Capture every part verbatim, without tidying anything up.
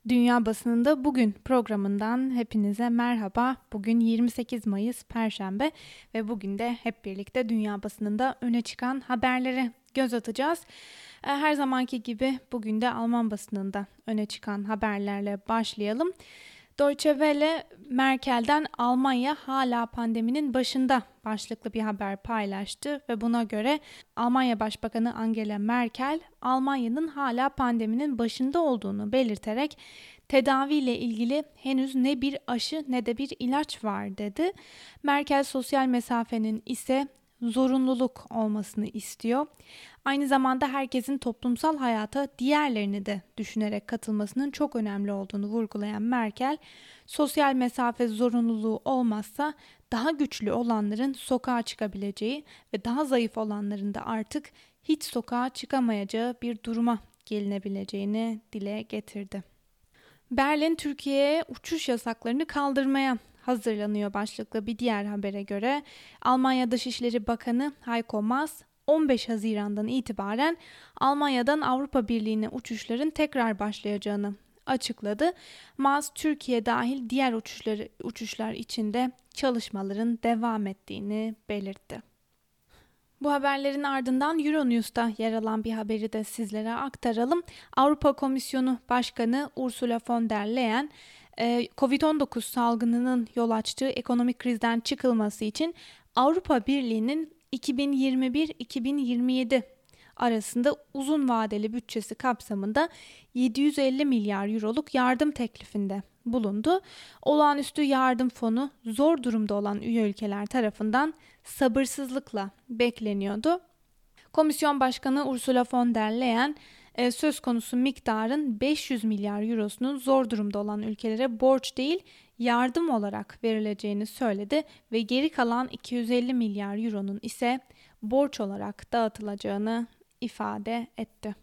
Dünya Basınında Bugün programından hepinize merhaba. Bugün yirmi sekiz Mayıs Perşembe ve bugün de hep birlikte dünya basınında öne çıkan haberlere göz atacağız. Her zamanki gibi bugün de Alman basınında öne çıkan haberlerle başlayalım. Deutsche Welle, Merkel'den Almanya hala pandeminin başında başlıklı bir haber paylaştı ve buna göre Almanya Başbakanı Angela Merkel, Almanya'nın hala pandeminin başında olduğunu belirterek tedaviyle ilgili henüz ne bir aşı ne de bir ilaç var dedi. Merkel sosyal mesafenin ise zorunluluk olmasını istiyor. Aynı zamanda herkesin toplumsal hayata diğerlerini de düşünerek katılmasının çok önemli olduğunu vurgulayan Merkel, sosyal mesafe zorunluluğu olmazsa daha güçlü olanların sokağa çıkabileceği ve daha zayıf olanların da artık hiç sokağa çıkamayacağı bir duruma gelinebileceğini dile getirdi. Berlin, Türkiye'ye uçuş yasaklarını kaldırmaya hazırlanıyor başlıklı bir diğer habere göre Almanya Dışişleri Bakanı Heiko Maas, on beş Haziran'dan itibaren Almanya'dan Avrupa Birliği'ne uçuşların tekrar başlayacağını açıkladı. Maas, Türkiye dahil diğer uçuşları, uçuşlar için de çalışmaların devam ettiğini belirtti. Bu haberlerin ardından Euronews'ta yer alan bir haberi de sizlere aktaralım. Avrupa Komisyonu Başkanı Ursula von der Leyen, kovid on dokuz salgınının yol açtığı ekonomik krizden çıkılması için Avrupa Birliği'nin iki bin yirmi bir iki bin yirmi yedi arasında uzun vadeli bütçesi kapsamında yedi yüz elli milyar euroluk yardım teklifinde bulundu. Olağanüstü yardım fonu zor durumda olan üye ülkeler tarafından sabırsızlıkla bekleniyordu. Komisyon Başkanı Ursula von der Leyen, söz konusu miktarın beş yüz milyar eurosunun zor durumda olan ülkelere borç değil, yardım olarak verileceğini söyledi ve geri kalan iki yüz elli milyar euronun ise borç olarak dağıtılacağını ifade etti.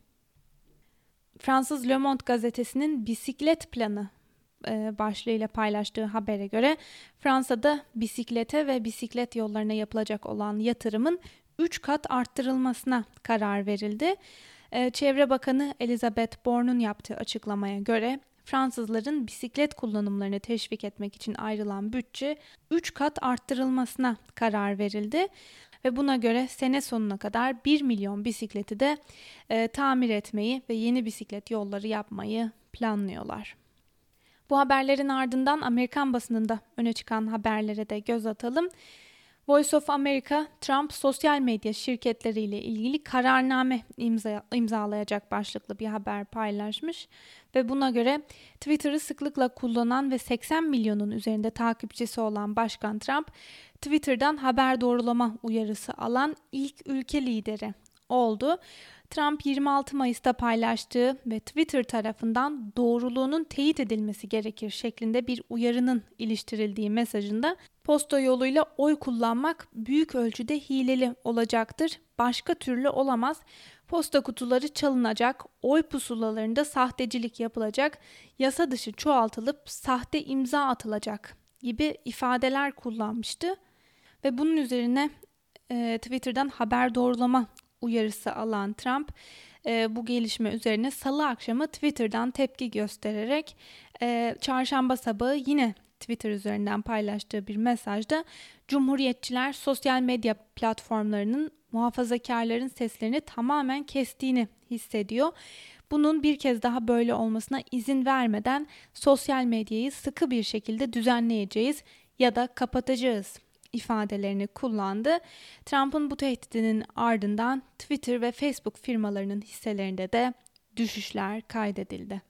Fransız Le Monde gazetesinin bisiklet planı başlığıyla paylaştığı habere göre Fransa'da bisiklete ve bisiklet yollarına yapılacak olan yatırımın üç kat arttırılmasına karar verildi. Çevre Bakanı Elisabeth Borne'un yaptığı açıklamaya göre Fransızların bisiklet kullanımlarını teşvik etmek için ayrılan bütçe üç kat arttırılmasına karar verildi. Ve buna göre sene sonuna kadar bir milyon bisikleti de e, tamir etmeyi ve yeni bisiklet yolları yapmayı planlıyorlar. Bu haberlerin ardından Amerikan basınında öne çıkan haberlere de göz atalım. Voice of America, Trump sosyal medya şirketleriyle ilgili kararname imza, imzalayacak başlıklı bir haber paylaşmış ve buna göre Twitter'ı sıklıkla kullanan ve seksen milyonun üzerinde takipçisi olan Başkan Trump, Twitter'dan haber doğrulama uyarısı alan ilk ülke lideri oldu. Trump yirmi altı Mayıs'ta paylaştığı ve Twitter tarafından doğruluğunun teyit edilmesi gerekir şeklinde bir uyarının iliştirildiği mesajında posta yoluyla oy kullanmak büyük ölçüde hileli olacaktır. Başka türlü olamaz. Posta kutuları çalınacak, oy pusulalarında sahtecilik yapılacak, yasa dışı çoğaltılıp sahte imza atılacak gibi ifadeler kullanmıştı. Ve bunun üzerine e, Twitter'dan haber doğrulama uyarısı alan Trump e, bu gelişme üzerine salı akşamı Twitter'dan tepki göstererek e, çarşamba sabahı yine Twitter üzerinden paylaştığı bir mesajda Cumhuriyetçiler sosyal medya platformlarının muhafazakarların seslerini tamamen kestiğini hissediyor. Bunun bir kez daha böyle olmasına izin vermeden sosyal medyayı sıkı bir şekilde düzenleyeceğiz ya da kapatacağız ifadelerini kullandı. Trump'ın bu tehdidinin ardından Twitter ve Facebook firmalarının hisselerinde de düşüşler kaydedildi.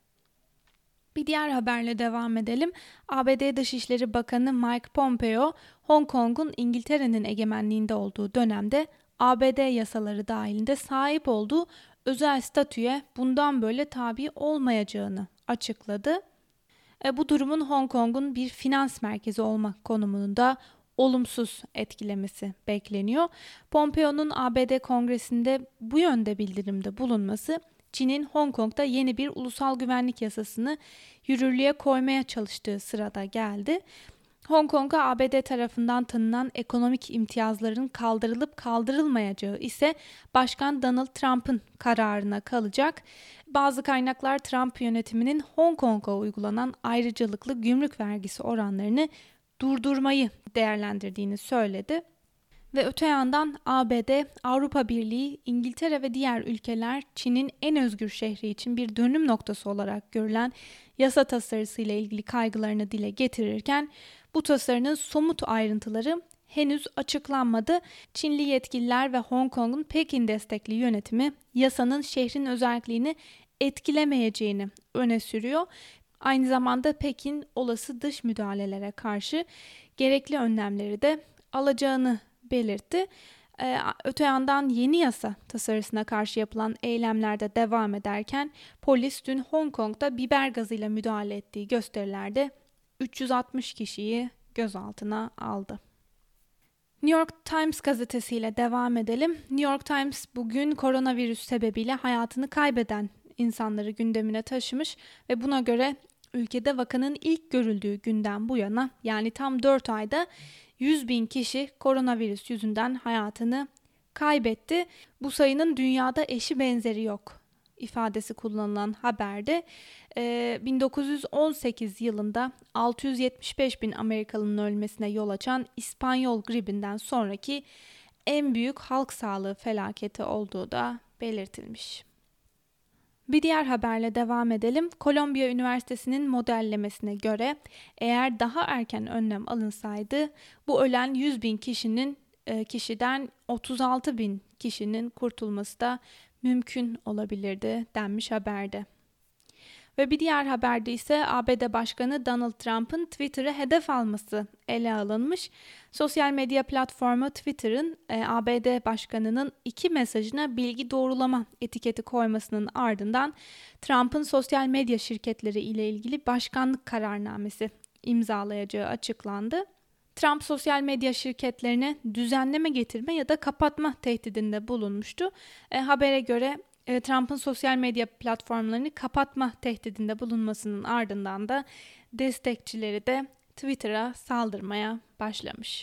Bir diğer haberle devam edelim. A B D Dışişleri Bakanı Mike Pompeo, Hong Kong'un İngiltere'nin egemenliğinde olduğu dönemde A B D yasaları dahilinde sahip olduğu özel statüye bundan böyle tabi olmayacağını açıkladı. E, bu durumun Hong Kong'un bir finans merkezi olmak konumunda olumsuz etkilemesi bekleniyor. Pompeo'nun A B D Kongresi'nde bu yönde bildirimde bulunması, Çin'in Hong Kong'da yeni bir ulusal güvenlik yasasını yürürlüğe koymaya çalıştığı sırada geldi. Hong Kong'a A B D tarafından tanınan ekonomik imtiyazların kaldırılıp kaldırılmayacağı ise Başkan Donald Trump'ın kararına kalacak. Bazı kaynaklar Trump yönetiminin Hong Kong'a uygulanan ayrıcalıklı gümrük vergisi oranlarını durdurmayı değerlendirdiğini söyledi. Ve öte yandan A B D, Avrupa Birliği, İngiltere ve diğer ülkeler Çin'in en özgür şehri için bir dönüm noktası olarak görülen yasa tasarısı ile ilgili kaygılarını dile getirirken bu tasarının somut ayrıntıları henüz açıklanmadı. Çinli yetkililer ve Hong Kong'un Pekin destekli yönetimi yasanın şehrin özelliğini etkilemeyeceğini öne sürüyor. Aynı zamanda Pekin olası dış müdahalelere karşı gerekli önlemleri de alacağını belirtti. Ee, öte yandan yeni yasa tasarısına karşı yapılan eylemlerde devam ederken polis dün Hong Kong'da biber gazıyla müdahale ettiği gösterilerde üç yüz altmış kişiyi gözaltına aldı. New York Times gazetesiyle devam edelim. New York Times bugün koronavirüs sebebiyle hayatını kaybeden insanları gündemine taşımış ve buna göre ülkede vakanın ilk görüldüğü günden bu yana, yani tam dört ayda yüz bin kişi koronavirüs yüzünden hayatını kaybetti. Bu sayının dünyada eşi benzeri yok ifadesi kullanılan haberde e, bin dokuz yüz on sekiz yılında altı yüz yetmiş beş bin Amerikalının ölmesine yol açan İspanyol gribinden sonraki en büyük halk sağlığı felaketi olduğu da belirtilmiş. Bir diğer haberle devam edelim. Kolombiya Üniversitesi'nin modellemesine göre eğer daha erken önlem alınsaydı bu ölen yüz bin kişinin kişiden otuz altı bin kişinin kurtulması da mümkün olabilirdi denmiş haberde. Ve bir diğer haberde ise A B D Başkanı Donald Trump'ın Twitter'ı hedef alması ele alınmış. Sosyal medya platformu Twitter'ın e, A B D Başkanı'nın iki mesajına bilgi doğrulama etiketi koymasının ardından Trump'ın sosyal medya şirketleri ile ilgili başkanlık kararnamesi imzalayacağı açıklandı. Trump sosyal medya şirketlerine düzenleme getirme ya da kapatma tehdidinde bulunmuştu. E, habere göre Trump'ın sosyal medya platformlarını kapatma tehdidinde bulunmasının ardından da destekçileri de Twitter'a saldırmaya başlamış.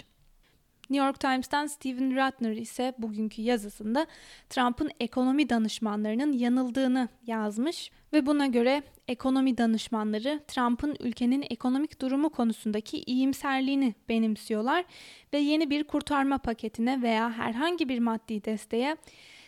New York Times'tan Steven Rattner ise bugünkü yazısında Trump'ın ekonomi danışmanlarının yanıldığını yazmış ve buna göre ekonomi danışmanları Trump'ın ülkenin ekonomik durumu konusundaki iyimserliğini benimsiyorlar ve yeni bir kurtarma paketine veya herhangi bir maddi desteğe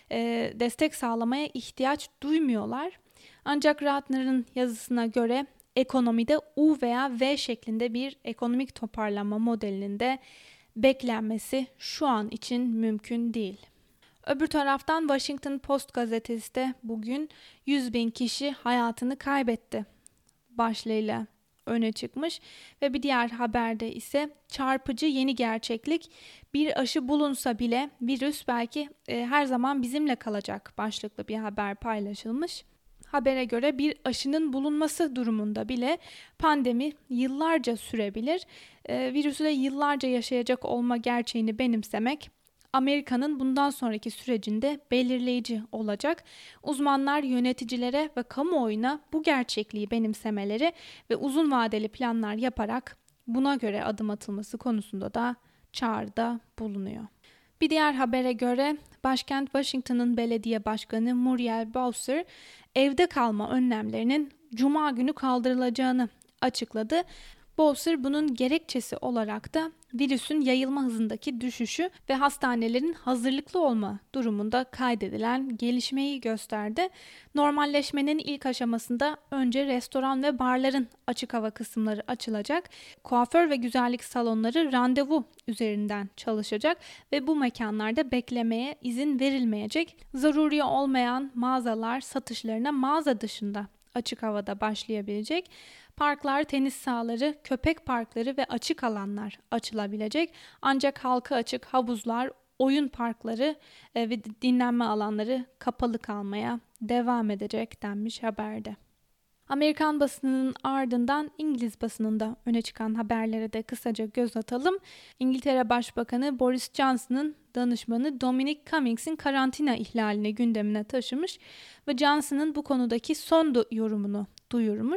E, destek sağlamaya ihtiyaç duymuyorlar. Ancak Rattner'ın yazısına göre ekonomide U veya V şeklinde bir ekonomik toparlanma modelinin de beklenmesi şu an için mümkün değil. Öbür taraftan Washington Post gazetesi de bugün yüz bin kişi hayatını kaybetti başlığıyla öne çıkmış ve bir diğer haberde ise çarpıcı yeni gerçeklik, bir aşı bulunsa bile virüs belki e, her zaman bizimle kalacak başlıklı bir haber paylaşılmış. Habere göre bir aşının bulunması durumunda bile pandemi yıllarca sürebilir. E, virüsle yıllarca yaşayacak olma gerçeğini benimsemek Amerika'nın bundan sonraki sürecinde belirleyici olacak. Uzmanlar yöneticilere ve kamuoyuna bu gerçekliği benimsemeleri ve uzun vadeli planlar yaparak buna göre adım atılması konusunda da çağrıda bulunuyor. Bir diğer habere göre başkent Washington'ın belediye başkanı Muriel Bowser evde kalma önlemlerinin Cuma günü kaldırılacağını açıkladı. Bowser bunun gerekçesi olarak da virüsün yayılma hızındaki düşüşü ve hastanelerin hazırlıklı olma durumunda kaydedilen gelişmeyi gösterdi. Normalleşmenin ilk aşamasında önce restoran ve barların açık hava kısımları açılacak. Kuaför ve güzellik salonları randevu üzerinden çalışacak ve bu mekanlarda beklemeye izin verilmeyecek. Zaruri olmayan mağazalar satışlarına mağaza dışında açık havada başlayabilecek. Parklar, tenis sahaları, köpek parkları ve açık alanlar açılabilecek. Ancak halka açık havuzlar, oyun parkları e, ve dinlenme alanları kapalı kalmaya devam edecek denmiş haberde. Amerikan basınının ardından İngiliz basınında öne çıkan haberlere de kısaca göz atalım. İngiltere Başbakanı Boris Johnson'ın danışmanı Dominic Cummings'in karantina ihlalini gündemine taşımış ve Johnson'ın bu konudaki son yorumunu duyurmuş.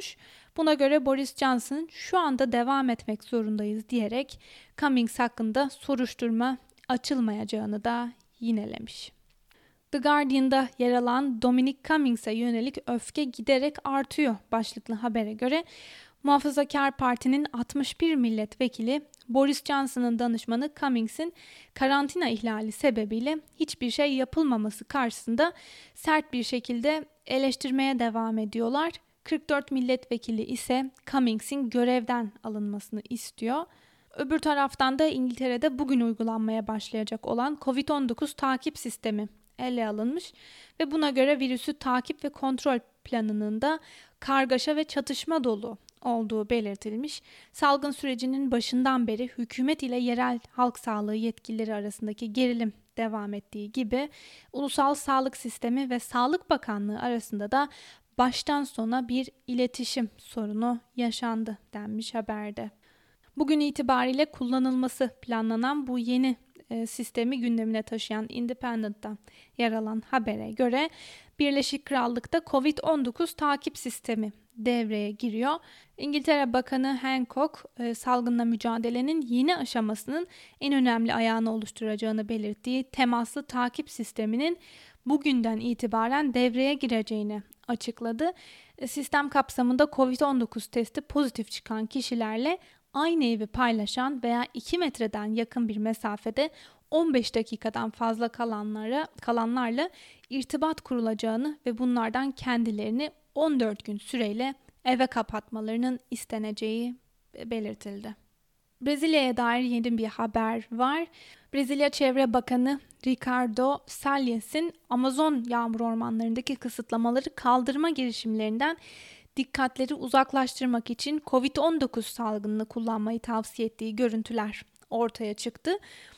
Buna göre Boris Johnson şu anda devam etmek zorundayız diyerek Cummings hakkında soruşturma açılmayacağını da yinelemiş. The Guardian'da yer alan Dominic Cummings'e yönelik öfke giderek artıyor başlıklı habere göre Muhafazakar Parti'nin altmış bir milletvekili Boris Johnson'ın danışmanı Cummings'in karantina ihlali sebebiyle hiçbir şey yapılmaması karşısında sert bir şekilde eleştirmeye devam ediyorlar. kırk dört milletvekili ise Cummings'in görevden alınmasını istiyor. Öbür taraftan da İngiltere'de bugün uygulanmaya başlayacak olan kovid on dokuz takip sistemi ele alınmış ve buna göre virüsü takip ve kontrol planının da kargaşa ve çatışma dolu olduğu belirtilmiş. Salgın sürecinin başından beri hükümet ile yerel halk sağlığı yetkilileri arasındaki gerilim devam ettiği gibi ulusal sağlık sistemi ve Sağlık Bakanlığı arasında da baştan sona bir iletişim sorunu yaşandı denmiş haberde. Bugün itibariyle kullanılması planlanan bu yeni e, sistemi gündemine taşıyan Independent'ta yer alan habere göre Birleşik Krallık'ta kovid on dokuz takip sistemi devreye giriyor. İngiltere Bakanı Hancock e, salgınla mücadelenin yeni aşamasının en önemli ayağını oluşturacağını belirttiği temaslı takip sisteminin bugünden itibaren devreye gireceğini açıkladı. E, sistem kapsamında kovid on dokuz testi pozitif çıkan kişilerle aynı evi paylaşan veya iki metreden yakın bir mesafede on beş dakikadan fazla kalanlara, kalanlarla irtibat kurulacağını ve bunlardan kendilerini on dört gün süreyle eve kapatmalarının isteneceği belirtildi. Brezilya'ya dair yeni bir haber var. Brezilya Çevre Bakanı Ricardo Sales'in Amazon yağmur ormanlarındaki kısıtlamaları kaldırma girişimlerinden dikkatleri uzaklaştırmak için kovid on dokuz salgınını kullanmayı tavsiye ettiği görüntüler ortaya çıktı.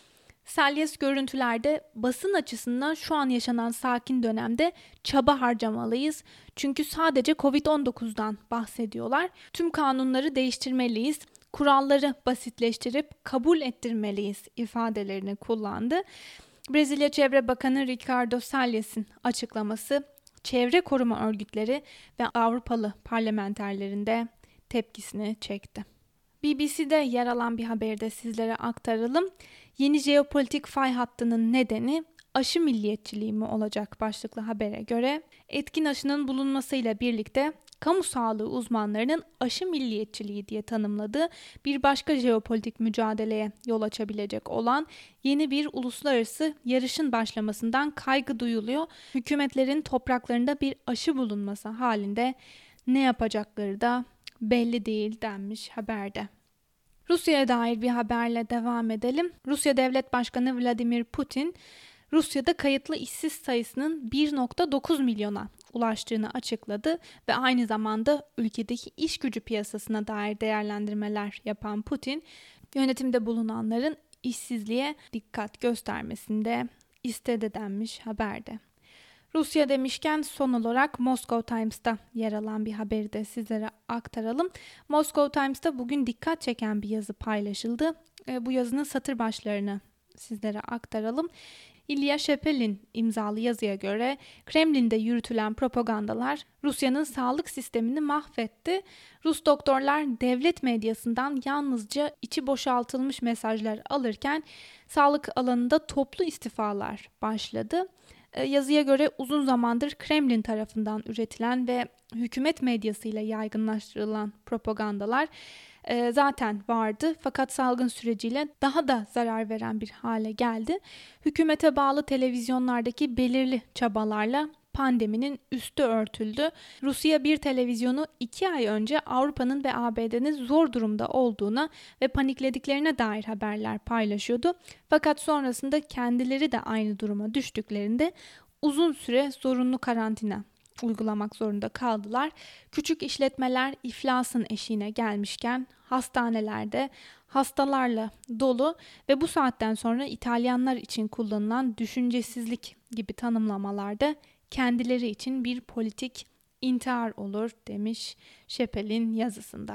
Salles görüntülerde basın açısından şu an yaşanan sakin dönemde çaba harcamalıyız. Çünkü sadece kovid on dokuzdan bahsediyorlar. Tüm kanunları değiştirmeliyiz. Kuralları basitleştirip kabul ettirmeliyiz ifadelerini kullandı. Brezilya Çevre Bakanı Ricardo Sales'in açıklaması çevre koruma örgütleri ve Avrupalı parlamenterlerin de tepkisini çekti. B B C'de yer alan bir haberi de sizlere aktaralım. Yeni jeopolitik fay hattının nedeni aşı milliyetçiliği mi olacak başlıklı habere göre etkin aşının bulunmasıyla birlikte kamu sağlığı uzmanlarının aşı milliyetçiliği diye tanımladığı bir başka jeopolitik mücadeleye yol açabilecek olan yeni bir uluslararası yarışın başlamasından kaygı duyuluyor. Hükümetlerin topraklarında bir aşı bulunması halinde ne yapacakları da belli değil denmiş haberde. Rusya'ya dair bir haberle devam edelim. Rusya Devlet Başkanı Vladimir Putin, Rusya'da kayıtlı işsiz sayısının bir virgül dokuz milyona ulaştığını açıkladı ve aynı zamanda ülkedeki iş gücü piyasasına dair değerlendirmeler yapan Putin, yönetimde bulunanların işsizliğe dikkat göstermesinde istedi denmiş haberde. Rusya demişken son olarak Moscow Times'ta yer alan bir haberi de sizlere aktaralım. Moscow Times'ta bugün dikkat çeken bir yazı paylaşıldı. E, bu yazının satır başlarını sizlere aktaralım. İlya Shepelin imzalı yazıya göre Kremlin'de yürütülen propagandalar Rusya'nın sağlık sistemini mahvetti. Rus doktorlar devlet medyasından yalnızca içi boşaltılmış mesajlar alırken sağlık alanında toplu istifalar başladı. Yazıya göre uzun zamandır Kremlin tarafından üretilen ve hükümet medyasıyla yaygınlaştırılan propagandalar e, zaten vardı fakat salgın süreciyle daha da zarar veren bir hale geldi. Hükümete bağlı televizyonlardaki belirli çabalarla pandeminin üstü örtüldü. Rusya bir televizyonu iki ay önce Avrupa'nın ve A B D'nin zor durumda olduğuna ve paniklediklerine dair haberler paylaşıyordu. Fakat sonrasında kendileri de aynı duruma düştüklerinde uzun süre zorunlu karantina uygulamak zorunda kaldılar. Küçük işletmeler iflasın eşiğine gelmişken hastanelerde hastalarla dolu ve bu saatten sonra İtalyanlar için kullanılan düşüncesizlik gibi tanımlamalarda kendileri için bir politik intihar olur demiş Shepelin yazısında.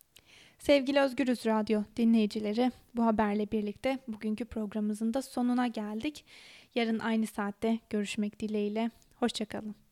Sevgili Özgürüz Radyo dinleyicileri, bu haberle birlikte bugünkü programımızın da sonuna geldik. Yarın aynı saatte görüşmek dileğiyle. Hoşça kalın.